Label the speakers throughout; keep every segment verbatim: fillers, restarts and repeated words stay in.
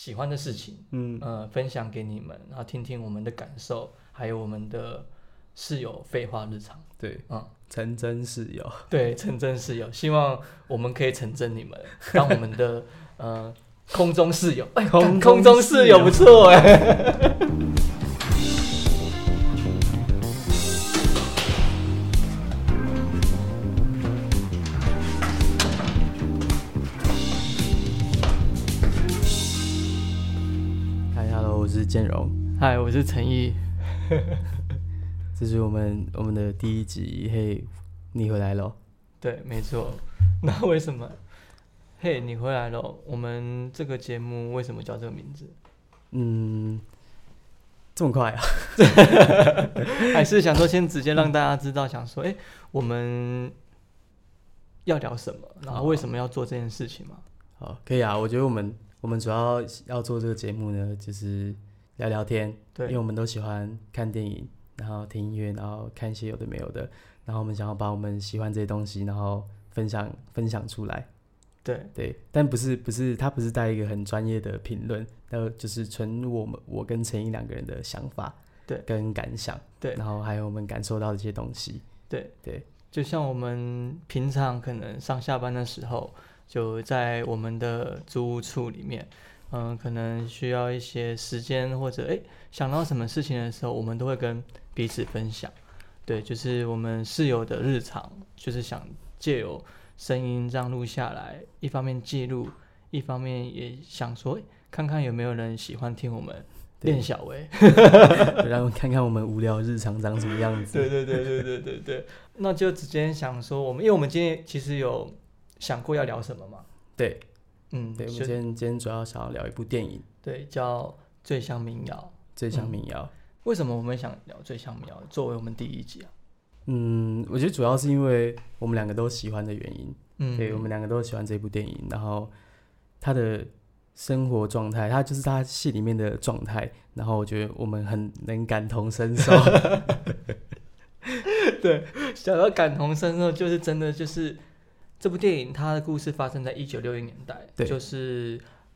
Speaker 1: 喜欢的事情，
Speaker 2: 嗯
Speaker 1: 呃，分享给你们，然后听听我们的感受，还有我们的室友废话日常。
Speaker 2: 对，
Speaker 1: 嗯，
Speaker 2: 成真室友。
Speaker 1: 对，成真室友，希望我们可以成真你们，当我们的呃空中室友。哎，
Speaker 2: 空
Speaker 1: 空中室友不错哎。
Speaker 2: 嗨 ，Hello， 我是建荣，
Speaker 1: 嗨，我是陈毅。
Speaker 2: 这是我们我们的第一集。嘿，你回来了。
Speaker 1: 对，没错。那为什么？嘿，你回来了。我们这个节目为什么叫这个名字？
Speaker 2: 嗯，这么快啊？
Speaker 1: 还是想说先直接让大家知道，想说，哎，我们要聊什么，然后为什么要做这件事情嘛？
Speaker 2: 好，可以啊。我觉得我们我们主要要做这个节目呢，就是聊聊天。
Speaker 1: 对，
Speaker 2: 因为我们都喜欢看电影，然后听音乐，然后看一些有的没有的，然后我们想要把我们喜欢这些东西，然后分享分享出来。
Speaker 1: 对
Speaker 2: 对，但不是不是，他不是带一个很专业的评论，那就是纯我们我跟陈毅两个人的想法，
Speaker 1: 对，
Speaker 2: 跟感想，
Speaker 1: 对，
Speaker 2: 然后还有我们感受到的一些东西。
Speaker 1: 对
Speaker 2: 对，
Speaker 1: 就像我们平常可能上下班的时候，就在我们的租屋处里面，嗯，可能需要一些时间或者哎想到什么事情的时候，我们都会跟彼此分享。对，就是我们室友的日常，就是想借由声音这样录下来，一方面记录，一方面也想说，看看有没有人喜欢听我们练小薇，
Speaker 2: 然后看看我们无聊日常长什么样子。
Speaker 1: 对对对对对对对，那就直接想说，我们因为我们今天其实有想过要聊什么嘛？
Speaker 2: 对，
Speaker 1: 嗯，
Speaker 2: 对，我们今天今天主要想要聊一部电影，
Speaker 1: 对，叫《醉乡民谣》。
Speaker 2: 最像民谣。
Speaker 1: 嗯，为什么我们想聊《醉乡民谣》作为我们第一集啊？
Speaker 2: 嗯，我觉得主要是因为我们两个都喜欢的原因。
Speaker 1: 嗯，
Speaker 2: 对，我们两个都喜欢这部电影，然后他的生活状态，他就是他戏里面的状态，然后我觉得我们很能感同身受。
Speaker 1: 对，想要感同身受，就是真的就是这部电影，它的故事发生在一九六零年代，就是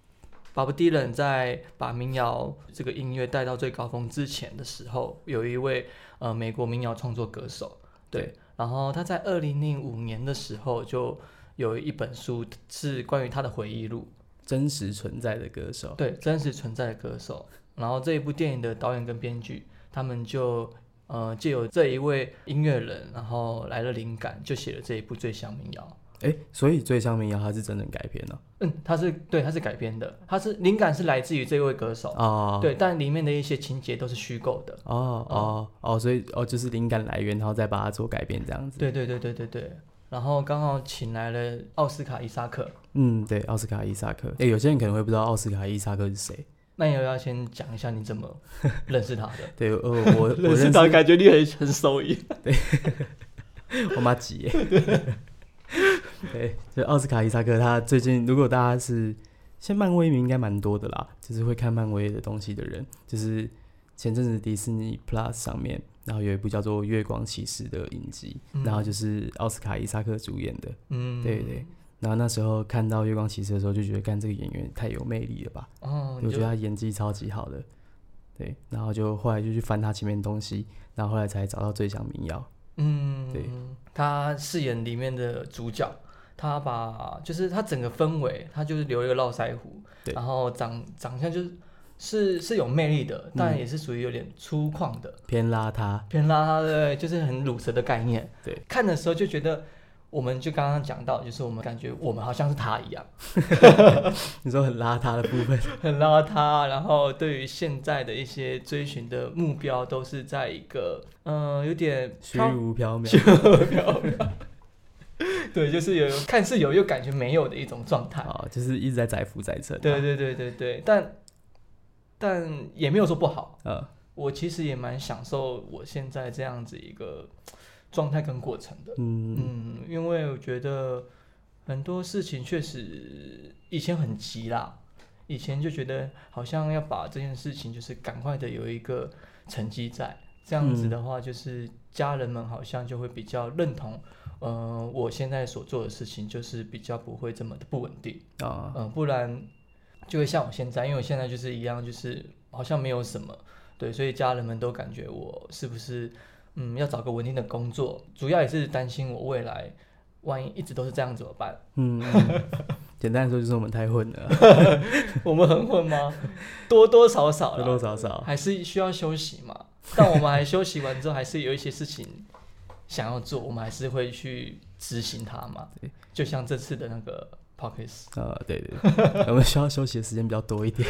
Speaker 1: Bob Dylan 在把民谣这个音乐带到最高峰之前的时候，有一位呃美国民谣创作歌手，对，对，然后他在二零零五年的时候就有一本书是关于他的回忆录，
Speaker 2: 真实存在的歌手，
Speaker 1: 对，真实存在的歌手。然后这一部电影的导演跟编剧，他们就呃借由这一位音乐人，然后来了灵感，就写了这一部《醉乡民谣》。
Speaker 2: 哎，所以《醉乡民谣》它是真人改编的？
Speaker 1: 嗯，它是对，它是改编的，它是灵感是来自于这位歌手哦，对，但里面的一些情节都是虚构的。
Speaker 2: 哦哦哦，所以哦就是灵感来源，然后再把它做改编这样子。
Speaker 1: 对对对对对对。然后刚好请来了奥斯卡伊萨克。
Speaker 2: 嗯，对，奥斯卡伊萨克。哎，有些人可能会不知道奥斯卡伊萨克是谁。
Speaker 1: 那你要先讲一下你怎么认识他的？
Speaker 2: 对，呃，我我
Speaker 1: 认识他，感觉你很很熟悉。
Speaker 2: 对，我妈急耶。对，就奥斯卡伊萨克，他最近如果大家是现在漫威迷应该蛮多的啦，就是会看漫威的东西的人，就是前阵子迪士尼 Plus 上面，然后有一部叫做《月光骑士》的影集，嗯，然后就是奥斯卡伊萨克主演的，嗯，对对。然后那时候看到《月光骑士》的时候，就觉得干这个演员太有魅力了吧，哦，我觉得他演技超级好的，对。然后就后来就去翻他前面的东西，然后后来才找到《醉乡民谣》。嗯，对，
Speaker 1: 他饰演里面的主角，他把就是他整个氛围，他就是留一个络腮胡，然后长长相就是是是有魅力的，但也是属于有点粗犷的，
Speaker 2: 嗯，偏邋遢，
Speaker 1: 偏邋遢的，就是很鲁蛇的概念。
Speaker 2: 对，
Speaker 1: 看的时候就觉得，我们就刚刚讲到，就是我们感觉我们好像是他一样。
Speaker 2: 你说很邋遢的部分，
Speaker 1: 很邋遢，然后对于现在的一些追寻的目标，都是在一个嗯、呃、有点
Speaker 2: 虚无缥缈，
Speaker 1: 虚无缥缈。对，就是有看似有又感觉没有的一种状态，
Speaker 2: 哦，就是一直在载浮载沉，啊。
Speaker 1: 对对对对对，但但也没有说不好。
Speaker 2: 嗯，
Speaker 1: 我其实也蛮享受我现在这样子一个状态跟过程的。嗯嗯，因为我觉得很多事情确实以前很急啦，以前就觉得好像要把这件事情就是赶快的有一个成绩在，这样子的话，就是家人们好像就会比较认同。呃，我现在所做的事情就是比较不会这么的不稳定啊，呃，不然就会像我现在，因为我现在就是一样，就是好像没有什么，对，所以家人们都感觉我是不是嗯要找个稳定的工作，主要也是担心我未来万一一直都是这样怎么办？
Speaker 2: 嗯，简单来说就是我们太混了。
Speaker 1: 我们很混吗？多多少少啦，
Speaker 2: 多多少少
Speaker 1: 还是需要休息嘛。但我们还休息完之后，还是有一些事情想要做，我们还是会去执行它嘛。就像这次的那个 podcast，
Speaker 2: 呃，对对对，我们需要休息的时间比较多一点。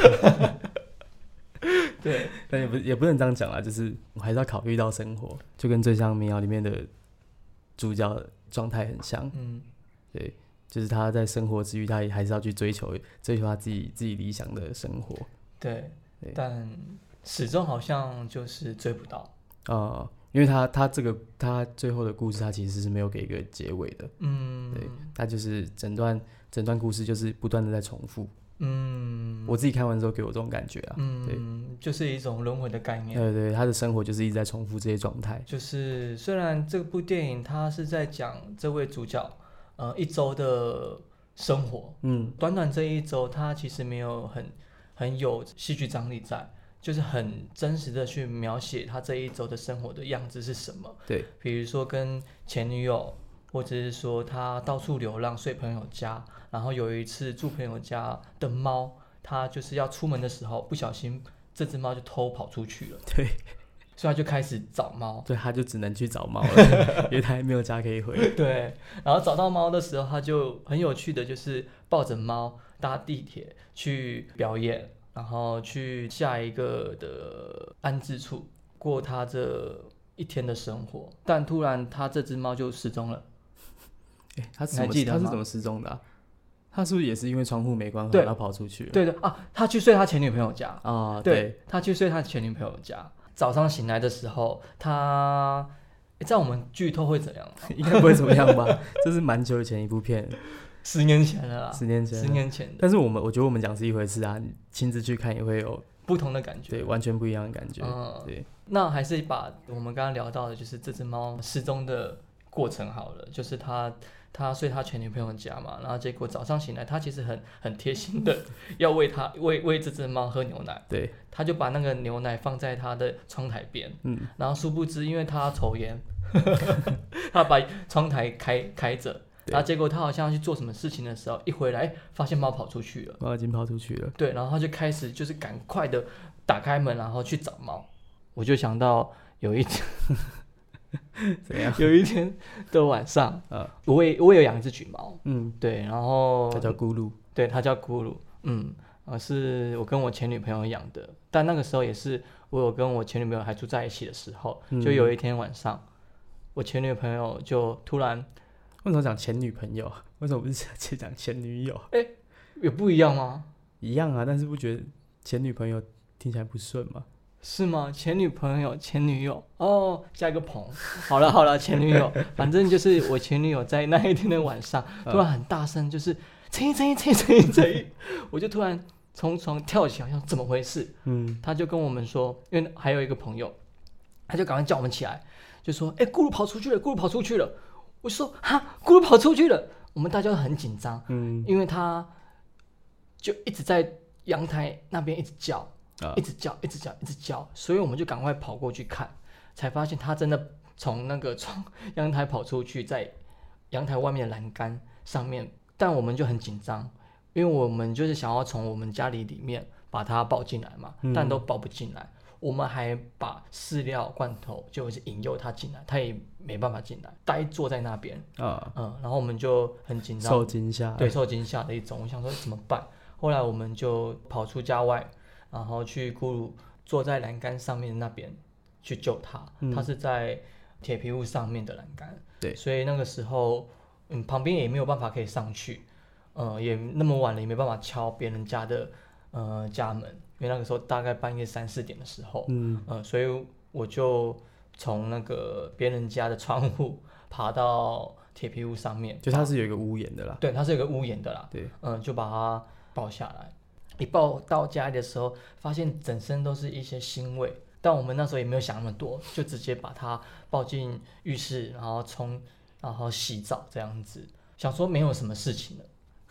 Speaker 1: 对，
Speaker 2: 但也不也不能这样讲啦，就是我还是要考虑到生活，就跟《最像民谣》里面的主角状态很像。嗯，对，就是他在生活之余，他也还是要去追求追求他自己自己理想的生活。
Speaker 1: 对，对，但始终好像就是追不到。
Speaker 2: 啊、呃，因为他他这个他最后的故事，他其实是没有给一个结尾的。嗯，对，他就是整段整段故事就是不断的在重复。嗯，我自己看完之后给我这种感觉啊。嗯，对，
Speaker 1: 就是一种轮回的概念。
Speaker 2: 对对，他的生活就是一直在重复这些状态。
Speaker 1: 就是虽然这部电影它是在讲这位主角呃一周的生活，嗯，短短这一周，他其实没有很很有戏剧张力在，就是很真实的去描写他这一周的生活的样子是什么。
Speaker 2: 对，
Speaker 1: 比如说跟前女友，或者是说他到处流浪睡朋友家，然后有一次住朋友家的猫，他就是要出门的时候不小心这只猫就偷跑出去了。
Speaker 2: 对，
Speaker 1: 所以他就开始找猫。
Speaker 2: 对，他就只能去找猫了，因为他还没有家可以回。
Speaker 1: 对，然后找到猫的时候，他就很有趣的就是抱着猫搭地铁去表演，然后去下一个的安置处过他这一天的生活。但突然他这只猫就失踪了。
Speaker 2: 欸、他是怎么他是怎么失踪的、啊？他是不是也是因为窗户没关好，然后跑出去了？
Speaker 1: 对的啊，他去睡他前女朋友家啊、
Speaker 2: 哦，
Speaker 1: 对，
Speaker 2: 对，
Speaker 1: 他去睡他前女朋友家。早上醒来的时候，他，欸、在我们剧透会怎样？
Speaker 2: 应该不会怎么样吧？这是蛮久以前一部片，
Speaker 1: 十年前了啦，
Speaker 2: 十年前，
Speaker 1: 十年前的。
Speaker 2: 但是我们我觉得我们讲是一回事啊，你亲自去看也会有
Speaker 1: 不同的感觉，
Speaker 2: 对，完全不一样的感觉。
Speaker 1: 嗯，
Speaker 2: 对。
Speaker 1: 那还是把我们刚刚聊到的，就是这只猫失踪的过程好了，就是他。他睡他前女朋友家嘛，然后结果早上醒来，他其实很很贴心的要喂他喂喂这只猫喝牛奶，
Speaker 2: 对，
Speaker 1: 他就把那个牛奶放在他的窗台边，嗯，然后殊不知因为他抽烟，他把窗台开开着，然后结果他好像要去做什么事情的时候，一回来发现猫跑出去了，
Speaker 2: 猫已经跑出去了，
Speaker 1: 对，然后他就开始就是赶快的打开门，然后去找猫，我就想到有一天。
Speaker 2: 怎样？
Speaker 1: 有一天的晚上，呃，我也我也有养一只橘猫，嗯，对，然后
Speaker 2: 它叫咕噜，
Speaker 1: 对，它叫咕噜，嗯，呃，是我跟我前女朋友养的，但那个时候也是我有跟我前女朋友还住在一起的时候，嗯、就有一天晚上，我前女朋友就突然，
Speaker 2: 为什么讲前女朋友？为什么不是直接讲前女友？
Speaker 1: 哎、欸，有不一样吗？
Speaker 2: 一样啊，但是不觉得前女朋友听起来不顺吗？
Speaker 1: 是吗？前女朋友、前女友哦，加一个棚。好了好了，前女友，反正就是我前女友在那一天的晚上，突然很大声，就是陈一陈一陈一陈一陈一，我就突然从床跳起来，想怎么回事？嗯，他就跟我们说，因为还有一个朋友，他就赶快叫我们起来，就说：“哎、欸，咕噜跑出去了，咕噜跑出去了。”我就说：“哈，咕噜跑出去了。”我们大家都很紧张，嗯，因为他就一直在阳台那边一直叫。Uh. 一直叫，一直叫，一直叫，所以我们就赶快跑过去看，才发现他真的从那个窗阳台跑出去，在阳台外面的栏杆上面。但我们就很紧张，因为我们就是想要从我们家里里面把他抱进来嘛，嗯、但都抱不进来。我们还把饲料罐头就是引诱他进来，他也没办法进来，呆坐在那边。Uh. 嗯，然后我们就很紧张，
Speaker 2: 受惊吓，
Speaker 1: 对，受惊吓的一种。我想说怎么办？后来我们就跑出家外。然后去咕噜坐在栏杆上面那边去救他，嗯、他是在铁皮屋上面的栏杆，
Speaker 2: 对，
Speaker 1: 所以那个时候，嗯，旁边也没有办法可以上去，呃，也那么晚了也没办法敲别人家的呃家门，因为那个时候大概半夜三四点的时候，嗯，呃，所以我就从那个别人家的窗户爬到铁皮屋上面，
Speaker 2: 就它是有一个屋檐的啦，
Speaker 1: 对，它是有一个屋檐的啦，
Speaker 2: 对，
Speaker 1: 嗯、呃，就把它抱下来。一抱到家里的时候，发现整身都是一些腥味，但我们那时候也没有想那么多，就直接把它抱进浴室，然后冲，然后洗澡这样子，想说没有什么事情了。可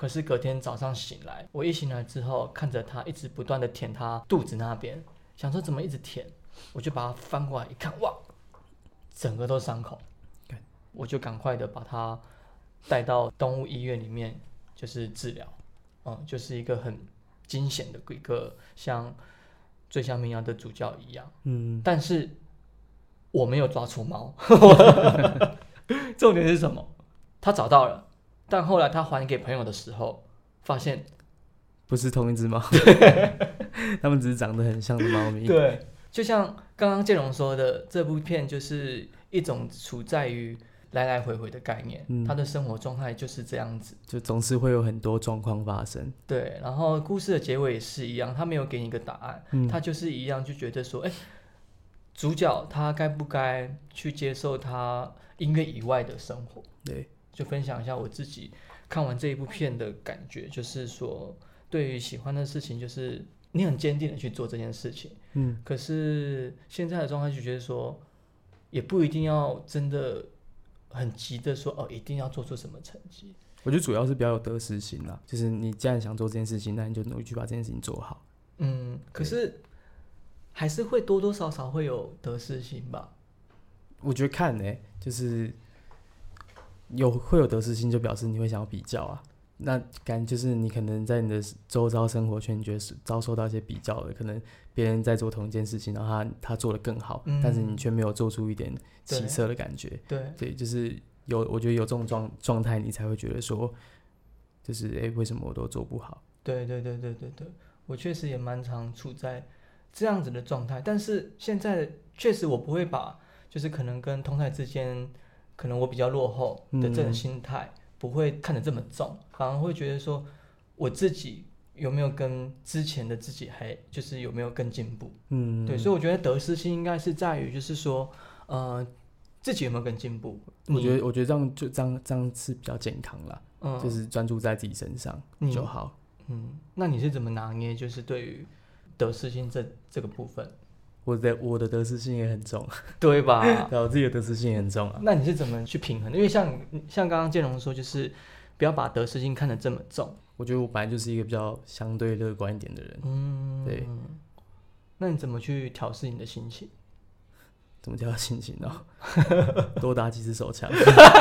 Speaker 1: 可是隔天早上醒来，我一醒来之后，看着他一直不断的舔他肚子那边，想说怎么一直舔，我就把它翻过来一看，哇，整个都伤口，我就赶快的把他带到动物医院里面，就是治疗，嗯，就是一个很惊险的一个像最像民谣的主教一样，嗯，但是我没有抓出猫，重点是什么？他找到了，但后来他还给朋友的时候，发现
Speaker 2: 不是同一只猫，他们只是长得很像的猫咪。
Speaker 1: 对，就像刚刚建荣说的，这部片就是一种处在于来来回回的概念，嗯、他的生活状态就是这样子，
Speaker 2: 就总是会有很多状况发生。
Speaker 1: 对，然后故事的结尾也是一样，他没有给你一个答案，嗯、他就是一样，就觉得说，哎，主角他该不该去接受他音乐以外的生活？
Speaker 2: 对，
Speaker 1: 就分享一下我自己看完这一部片的感觉，就是说，对于喜欢的事情，就是你很坚定的去做这件事情，嗯，可是现在的状态就觉得说，也不一定要真的很急的说，哦，一定要做出什么成绩。
Speaker 2: 我觉得主要是比较有得失心啦，就是你既然想做这件事情，那你就努力去把这件事情做好。
Speaker 1: 嗯，可是还是会多多少少会有得失心吧。
Speaker 2: 我觉得看呢、欸，就是有会有得失心，就表示你会想要比较啊。那感就是你可能在你的周遭生活圈，你觉得遭受到一些比较的，可能别人在做同一件事情，然后他他做得更好，嗯、但是你却没有做出一点起色的感觉。
Speaker 1: 对，
Speaker 2: 对，就是有，我觉得有这种状状态，你才会觉得说，就是哎、欸，为什么我都做不好？
Speaker 1: 对对对对对对，我确实也蛮常处在这样子的状态，但是现在确实我不会把，就是可能跟同台之间，可能我比较落后的这种心态。嗯，不会看得这么重，反而会觉得说我自己有没有跟之前的自己还就是有没有更进步，嗯，对，所以我觉得得失心应该是在于就是说，呃，自己有没有更进步。
Speaker 2: 我觉得我觉得这样就这样这样是比较健康啦，嗯，就是专注在自己身上就好。
Speaker 1: 嗯，那你是怎么拿捏？就是对于得失心这这个部分？
Speaker 2: 我的我的得失心也很重，
Speaker 1: 对吧？
Speaker 2: 对，我自己的得失心也很重啊。
Speaker 1: 那你是怎么去平衡的？因为像像刚刚建荣说，就是不要把得失心看得这么重。
Speaker 2: 我觉得我本来就是一个比较相对乐观一点的人。嗯，对。
Speaker 1: 那你怎么去调适你的心情？
Speaker 2: 怎么调心情呢？多打几次手枪。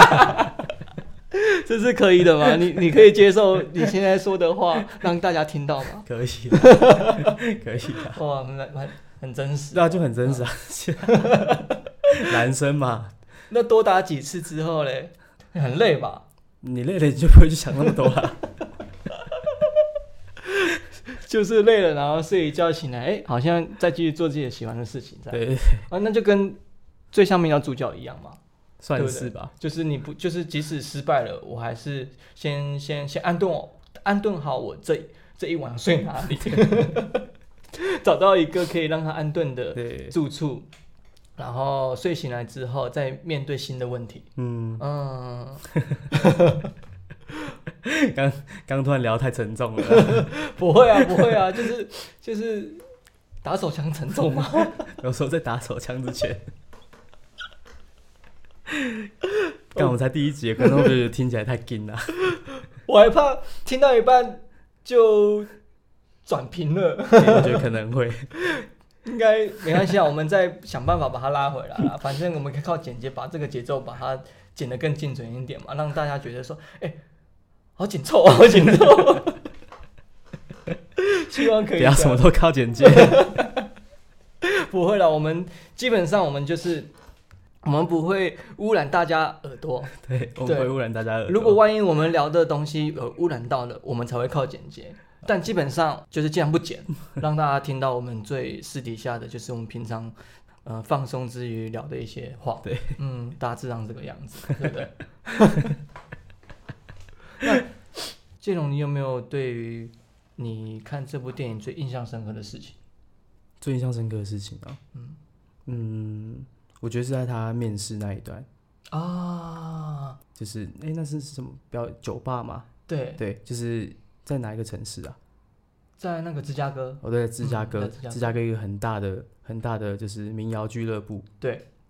Speaker 1: 这是可以的吗？你你可以接受你现在说的话让大家听到吗？
Speaker 2: 可以的，可以的。
Speaker 1: 哇，蛮很真实。
Speaker 2: 对啊，就很真实啊。男生嘛。
Speaker 1: 那多打几次之后嘞，很累吧？
Speaker 2: 你累了你就不会去想那么多了。
Speaker 1: 就是累了，然后睡一觉醒来，哎，好像再继续做自己喜欢的事情。
Speaker 2: 对对对。
Speaker 1: 啊，那就跟最上面要主角一样嘛。
Speaker 2: 算是吧，
Speaker 1: 对对，就是你不，就是即使失败了，我还是先先先安顿我，安顿好我这这一晚睡哪里，找到一个可以让他安顿的住处，然后睡醒来之后再面对新的问题。嗯嗯，
Speaker 2: 刚刚突然聊太沉重了，
Speaker 1: 不会啊不会啊，就是就是打手枪沉重吗？
Speaker 2: 有时候在打手枪之前。刚我们才第一集，可能会觉得听起来太紧了。
Speaker 1: 我还怕听到一半就转屏了。
Speaker 2: 我觉得可能会，
Speaker 1: 应该没关系啊，我们再想办法把它拉回来啦。反正我们可以靠剪接把这个节奏把它剪得更精准一点嘛，让大家觉得说，哎、欸，好紧凑啊，好紧凑。希望可以。不
Speaker 2: 要什么都靠剪接。
Speaker 1: 不会啦，我们基本上我们就是。我们不会污染大家耳朵，
Speaker 2: 对，我们不会污染大家耳朵。
Speaker 1: 如果万一我们聊的东西有污染到了，我们才会靠剪接。但基本上就是尽量不剪，让大家听到我们最私底下的，就是我们平常呃放松之余聊的一些话。
Speaker 2: 对，
Speaker 1: 嗯，大致上这个样子，对不对？那建荣，你有没有对于你看这部电影最印象深刻的事情？
Speaker 2: 最印象深刻的事情啊，嗯嗯。我觉得是在他面试那一段啊，就是哎、欸，那是什么标酒吧吗？
Speaker 1: 对
Speaker 2: 对，就是在哪一个城市啊？
Speaker 1: 在那个芝加哥。
Speaker 2: 哦，对，芝加哥，
Speaker 1: 嗯、
Speaker 2: 芝加哥一个很大的、很大的就是民谣俱乐部。
Speaker 1: 对，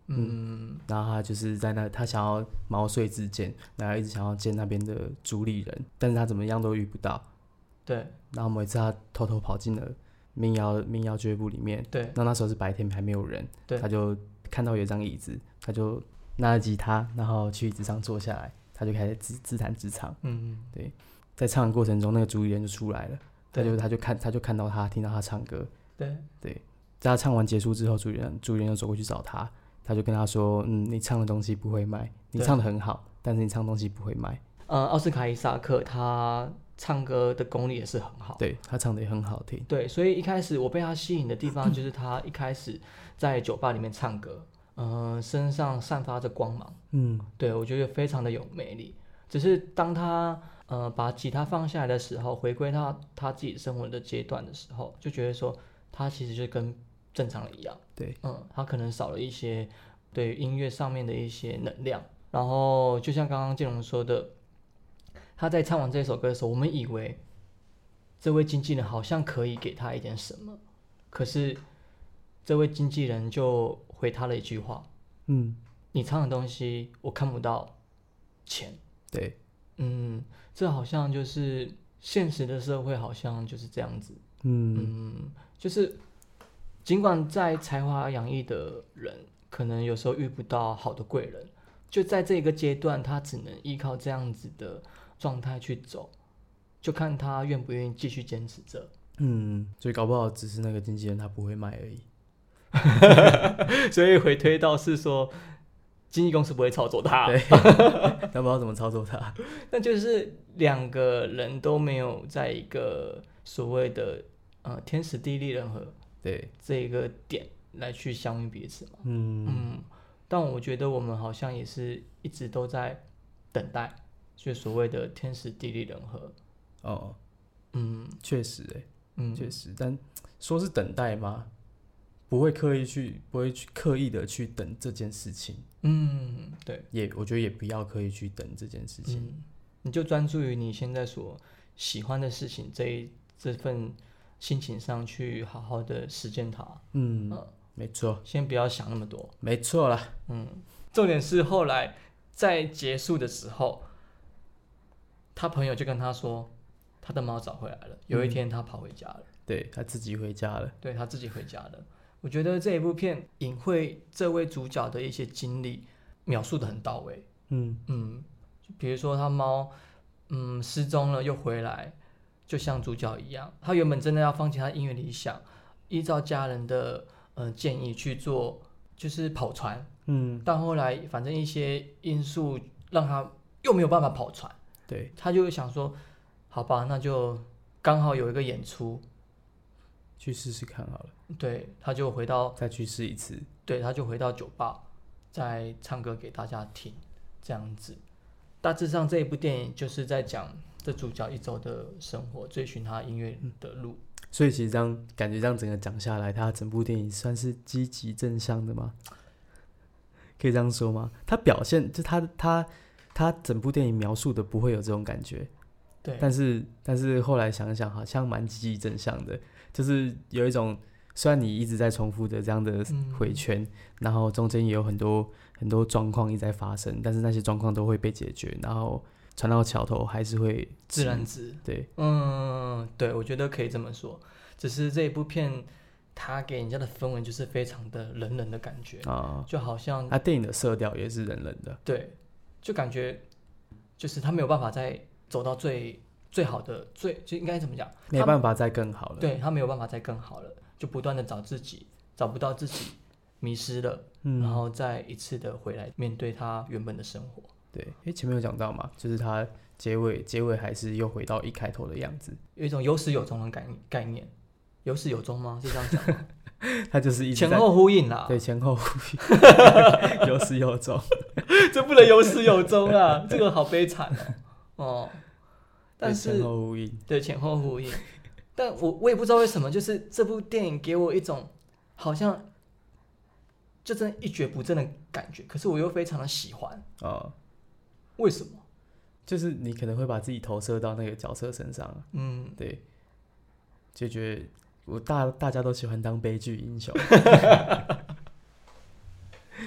Speaker 1: 嗯，
Speaker 2: 然后他就是在那，他想要毛遂自荐，然后一直想要见那边的主理人，但是他怎么样都遇不到。
Speaker 1: 对。
Speaker 2: 然后某一次他偷偷跑进了民谣民谣俱乐部里面，
Speaker 1: 对。
Speaker 2: 那那时候是白天还没有人，
Speaker 1: 对。
Speaker 2: 他就看到有一张椅子，他就拿了吉他，然后去椅子上坐下来，他就开始自自弹自唱。
Speaker 1: 嗯，
Speaker 2: 对，在唱的过程中，那个主理人就出来了，他就他就看他就看到他，听到他唱歌。
Speaker 1: 对
Speaker 2: 对，在他唱完结束之后，主理人主理人就走过去找他。他就跟他说：“嗯，你唱的东西不会卖，你唱的很好，但是你唱的东西不会卖。”
Speaker 1: 呃，奥斯卡伊萨克他唱歌的功力也是很好，
Speaker 2: 对，他唱的也很好听。
Speaker 1: 对，所以一开始我被他吸引的地方就是他一开始在酒吧里面唱歌，呃，身上散发着光芒，
Speaker 2: 嗯，
Speaker 1: 对，我觉得非常的有魅力。只是当他呃把吉他放下来的时候，回归他他自己生活的阶段的时候，就觉得说他其实就跟正常人一样。
Speaker 2: 对，
Speaker 1: 嗯，他可能少了一些对音乐上面的一些能量。然后就像刚刚建龙说的，他在唱完这首歌的时候，我们以为这位经纪人好像可以给他一点什么，可是这位经纪人就回他了一句话：
Speaker 2: 嗯，
Speaker 1: 你唱的东西我看不到钱。
Speaker 2: 对，
Speaker 1: 嗯，这好像就是现实的社会，好像就是这样子。
Speaker 2: 嗯
Speaker 1: 嗯，就是尽管在才华洋溢的人，可能有时候遇不到好的贵人，就在这个阶段，他只能依靠这样子的状态去走，就看他愿不愿意继续坚持着。
Speaker 2: 嗯，所以搞不好只是那个经纪人他不会卖而已。
Speaker 1: 所以回推到是说，经纪公司不会操作他，
Speaker 2: 对，他不知道怎么操作他。
Speaker 1: 那就是两个人都没有在一个所谓的呃天时地利人和
Speaker 2: 对
Speaker 1: 这一个点来去相遇彼此嘛。
Speaker 2: 嗯
Speaker 1: 嗯，但我觉得我们好像也是一直都在等待，就所谓的天时地利人和。
Speaker 2: 哦，
Speaker 1: 嗯，
Speaker 2: 确实哎、欸，
Speaker 1: 嗯，
Speaker 2: 确实，但说是等待吗？不会刻意去，不会去刻意的去等这件事情。
Speaker 1: 嗯，对，
Speaker 2: 也我觉得也不要刻意去等这件事情。
Speaker 1: 嗯，你就专注于你现在所喜欢的事情，这一这份心情上去好好的实践它。
Speaker 2: 嗯，
Speaker 1: 呃
Speaker 2: 没错，
Speaker 1: 先不要想那么多。
Speaker 2: 没错啦。
Speaker 1: 嗯，重点是后来在结束的时候，他朋友就跟他说，他的猫找回来了。有一天他跑回家了，
Speaker 2: 对，他自己回家了。
Speaker 1: 对，他自己回家了。我觉得这一部片隐晦这位主角的一些经历描述的很到位。
Speaker 2: 嗯
Speaker 1: 嗯，比如说他猫嗯失踪了又回来，就像主角一样，他原本真的要放弃他音乐理想，依照家人的呃建议去做，就是跑船。
Speaker 2: 嗯，
Speaker 1: 但后来反正一些因素让他又没有办法跑船，
Speaker 2: 对，
Speaker 1: 他就想说，好吧，那就刚好有一个演出，
Speaker 2: 去试试看好了。
Speaker 1: 对，他就回到，
Speaker 2: 再去试一次。
Speaker 1: 对，他就回到酒吧，再唱歌给大家听，这样子。大致上这一部电影就是在讲这主角一周的生活，追寻他音乐的路。
Speaker 2: 所以其实这样感觉，这样整个讲下来，他整部电影算是积极正向的吗？可以这样说吗？他表现就他他他整部电影描述的不会有这种感觉，
Speaker 1: 对。
Speaker 2: 但是但是后来想想，好像蛮积极正向的，就是有一种虽然你一直在重复的这样的回圈，嗯、然后中间也有很多很多状况一直在发生，但是那些状况都会被解决，然后船到桥头还是会
Speaker 1: 自然直。
Speaker 2: 对，
Speaker 1: 嗯，对，我觉得可以这么说。只是这一部片，它给人家的氛围就是非常的冷冷的感觉啊，就好像
Speaker 2: 它、啊、电影的色调也是冷冷的。
Speaker 1: 对，就感觉就是他没有办法再走到最最好的最就应该怎么讲？
Speaker 2: 没办法再更好了。
Speaker 1: 对，他没有办法再更好了，就不断的找自己，找不到自己，迷失了，嗯、然后再一次的回来面对他原本的生活。
Speaker 2: 对，哎，前面有讲到嘛，就是他结尾结尾还是又回到一开头的样子，
Speaker 1: 有一种有始有终的概概念。有始有终吗？是这样讲吗？
Speaker 2: 他就是一直
Speaker 1: 前後呼應啦。
Speaker 2: 对，前後呼應，有始有終。
Speaker 1: 这不能有始有終啊，这个好悲慘哦。哦，但是
Speaker 2: 前後呼應，
Speaker 1: 对，前後呼應。但我我也不知道為什麼，就是這部電影給我一種好像就真的一蹶不振的感覺，可是我又非常的喜歡。
Speaker 2: 哦，
Speaker 1: 為什麼？
Speaker 2: 就是你可能會把自己投射到那個角色身上。
Speaker 1: 嗯，
Speaker 2: 對。就覺得我大大家都喜歡當悲劇英雄，對，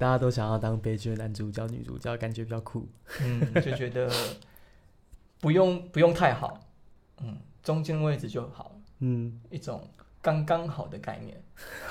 Speaker 2: 大家都想要当悲剧的男主角、女主角，感觉比较酷。
Speaker 1: 嗯，就觉得不用不用太好，嗯，中间位置就好了。嗯，一种刚刚好的概念。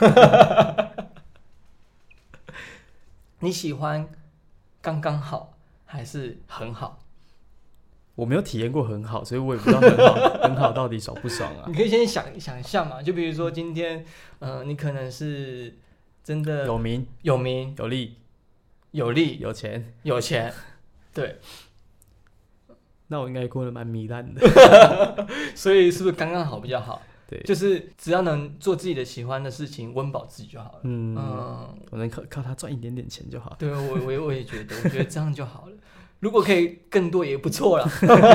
Speaker 1: 你喜欢刚刚好还是很好？
Speaker 2: 我没有体验过很好，所以我也不知道很好很好到底爽不爽啊。
Speaker 1: 你可以先想想象嘛，就比如说今天，呃，你可能是真的
Speaker 2: 有名、
Speaker 1: 有名、
Speaker 2: 有利、
Speaker 1: 有利、
Speaker 2: 有钱、
Speaker 1: 有钱，对。
Speaker 2: 那我应该过得蛮糜烂的。
Speaker 1: 所以是不是刚刚好比较好？
Speaker 2: 对，
Speaker 1: 就是只要能做自己的喜欢的事情，温饱自己就好了。嗯，嗯
Speaker 2: 我能靠靠他赚一点点钱就好。
Speaker 1: 对，我我我也觉得，我觉得这样就好了。如果可以更多也不错啦。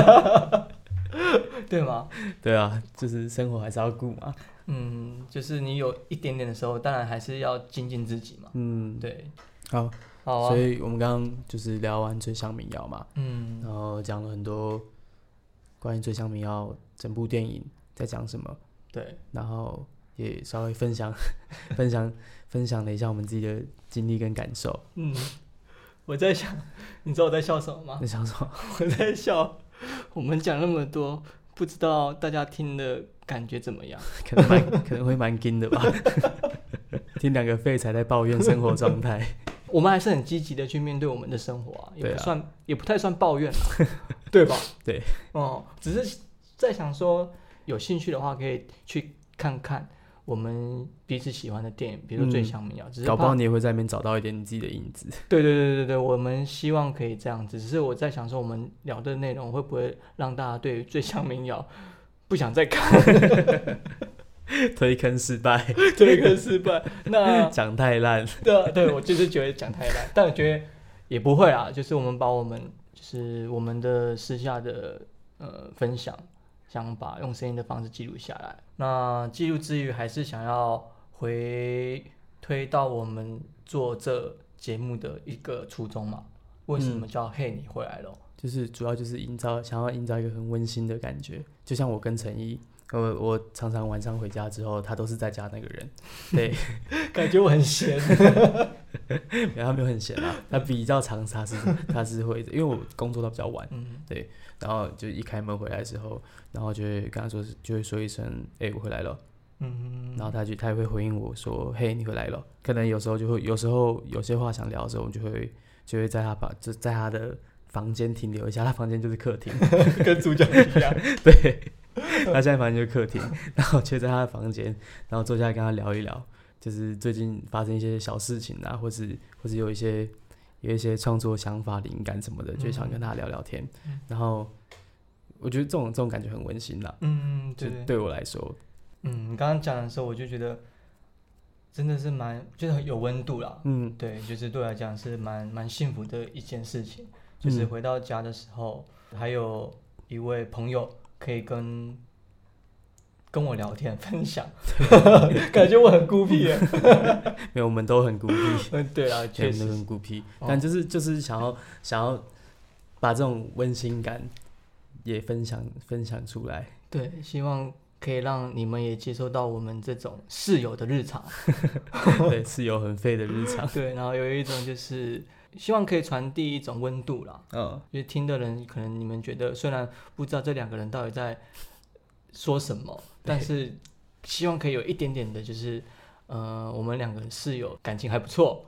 Speaker 1: 对吗？
Speaker 2: 对啊，就是生活还是要顾嘛。
Speaker 1: 嗯，就是你有一点点的时候，当然还是要精进自己嘛。嗯，对。
Speaker 2: 好，
Speaker 1: 好啊。
Speaker 2: 所以我们刚刚就是聊完最香民谣嘛，嗯，然后讲了很多关于最香民谣整部电影在讲什么，
Speaker 1: 对，
Speaker 2: 然后也稍微分享分享分享了一下我们自己的经历跟感受。嗯。
Speaker 1: 我在想，你知道我在笑什么吗？
Speaker 2: 你想什么？
Speaker 1: 我在笑，我们讲那么多，不知道大家听的感觉怎么样？
Speaker 2: 可能蛮可能会蛮惊的吧。听两个废柴在抱怨生活状态。
Speaker 1: 我们还是很积极的去面对我们的生活啊，也不算，啊、也不太算抱怨啦，对吧？
Speaker 2: 对，
Speaker 1: 哦、嗯，只是在想说，有兴趣的话可以去看看。我们彼此喜欢的电影，比如说《最香民谣》，只是
Speaker 2: 搞不好你也会在那边找到一点你自己的影子。
Speaker 1: 对对对对对，我们希望可以这样子。只是我在想说，我们聊的内容会不会让大家对于《最香民谣》不想再看？
Speaker 2: 推坑失败，
Speaker 1: 推坑失败。那
Speaker 2: 讲太烂。
Speaker 1: 对对，我就是觉得讲太烂，但我觉得也不会啦。就是我们把我们就是我们的私下的呃分享。想把用声音的方式记录下来，那记录之余还是想要回推到我们做这节目的一个初衷嘛？为什么叫嘿你回来了？
Speaker 2: 就是主要就是营造想要营造一个很温馨的感觉，就像我跟陈毅，我我常常晚上回家之后，他都是在家那个人，对，
Speaker 1: 感觉我很闲，
Speaker 2: 没有他没有很闲啦，他比较常他是他是会的，因为我工作到比较晚，嗯，对。然后就一开门回来之后，然后就会跟他说，就会说一声“哎、欸，我回来了”，嗯，然后他就他也会回应我说“嘿，你回来了”。可能有时候就会，有时候有些话想聊的时候，我就会就会在他把就在他的房间停留一下，他房间就是客厅，
Speaker 1: 跟主角一样，
Speaker 2: 对，他现在房间就是客厅，然后就在他的房间，然后坐下来跟他聊一聊，就是最近发生一些小事情啊，或是或是有一些。有一些创作想法、灵感什么的，就想跟他聊聊天。嗯、然后我觉得这种这种感觉很温馨啦。嗯，对，就对我来说，
Speaker 1: 嗯，你刚刚讲的时候，我就觉得真的是蛮，就是很有温度啦。嗯，对，就是对我来讲是蛮蛮幸福的一件事情。就是回到家的时候，嗯、还有一位朋友可以跟跟我聊天分享，感觉我很孤僻耶。
Speaker 2: 没有，我们都很孤僻。
Speaker 1: 嗯，对啊，确实
Speaker 2: 都很孤僻。哦、但就是就是想要想要把这种温馨感也分享分享出来。
Speaker 1: 对，希望可以让你们也接受到我们这种室友的日常。
Speaker 2: 对，室友很废的日常。
Speaker 1: 对，然后有一种就是希望可以传递一种温度啦。嗯，因为听的人可能你们觉得虽然不知道这两个人到底在说什么。但是希望可以有一点点的，就是呃，我们两个室友感情还不错。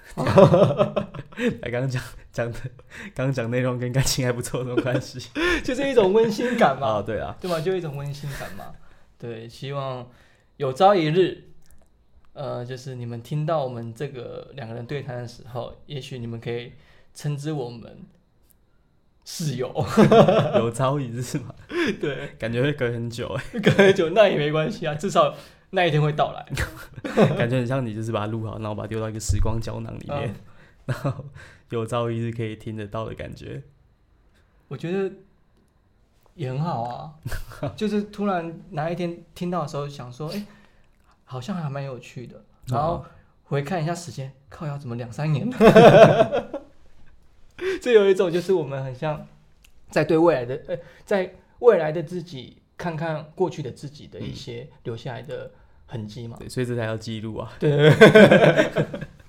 Speaker 2: 刚刚讲讲的，刚刚讲内容跟感情还不错有什么关系？
Speaker 1: 就是一种温馨感嘛。
Speaker 2: 哦，对啊，
Speaker 1: 对嘛，就一种温馨感嘛。对，希望有朝一日，呃，就是你们听到我们这个两个人对谈的时候，也许你们可以称之我们室友。
Speaker 2: 有朝一日嘛？
Speaker 1: 对，
Speaker 2: 感觉会隔很久哎，
Speaker 1: 隔很久那也没关系啊，至少那一天会到来。
Speaker 2: 感觉很像你就是把它录好，然后把它丢到一个时光胶囊里面，嗯、然后有朝一日可以听得到的感觉。
Speaker 1: 我觉得也很好啊，就是突然哪一天听到的时候，想说，哎、欸，好像还蛮有趣的，然后回看一下时间，靠腰怎么两三年了？这有一种就是我们很像在对未来的，呃，在未来的自己看看过去的自己的一些留下来的痕迹嘛。
Speaker 2: 对，所以这才要记录啊。
Speaker 1: 对，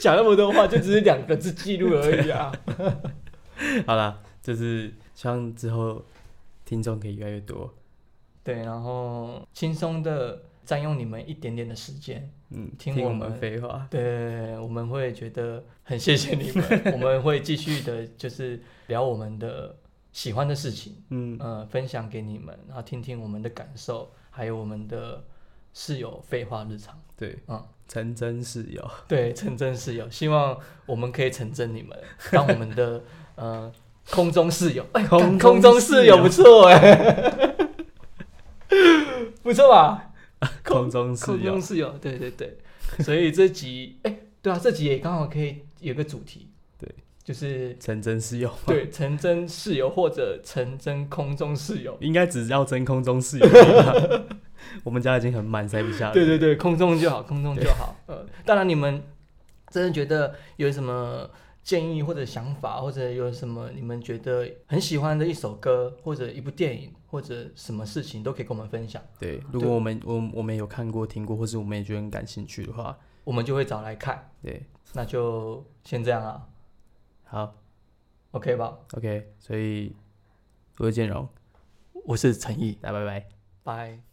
Speaker 1: 讲那么多话，就只是两个字记录而已啊。
Speaker 2: 好啦，就是希望之后听众可以越来越多。
Speaker 1: 对，然后轻松的占用你们一点点的时间，
Speaker 2: 嗯，
Speaker 1: 听我们
Speaker 2: 废话。
Speaker 1: 对，我们会觉得很谢谢你们，我们会继续的，就是聊我们的喜欢的事情，嗯呃，分享给你们，然后听听我们的感受，还有我们的室友废话日常。
Speaker 2: 对，嗯，成真室友。对，
Speaker 1: 成真室友，希望我们可以成真你们，当我们的呃空中室友。哎，空中室友不错哎。不错吧？
Speaker 2: 空中室友，
Speaker 1: 空中室友，对对对，所以这集，哎、欸，对啊，这集也刚好可以有个主题，
Speaker 2: 对，
Speaker 1: 就是
Speaker 2: 成真室友，
Speaker 1: 对，成真室友或者成真空中室友，
Speaker 2: 应该只要真空中室友。我们家已经很满，塞不下了。
Speaker 1: 对对对，空中就好，空中就好。呃，当然你们真的觉得有什么建议或者想法，或者有什么你们觉得很喜欢的一首歌，或者一部电影，或者什么事情，都可以跟我们分享。
Speaker 2: 对，如果我们我我们有看过、听过，或是我们也觉得很感兴趣的话，
Speaker 1: 我们就会找来看。
Speaker 2: 对，
Speaker 1: 那就先这样啊。
Speaker 2: 好
Speaker 1: ，OK 吧
Speaker 2: ？OK， 所以我是建荣，
Speaker 1: 我是陈毅，
Speaker 2: 大家拜拜，
Speaker 1: 拜。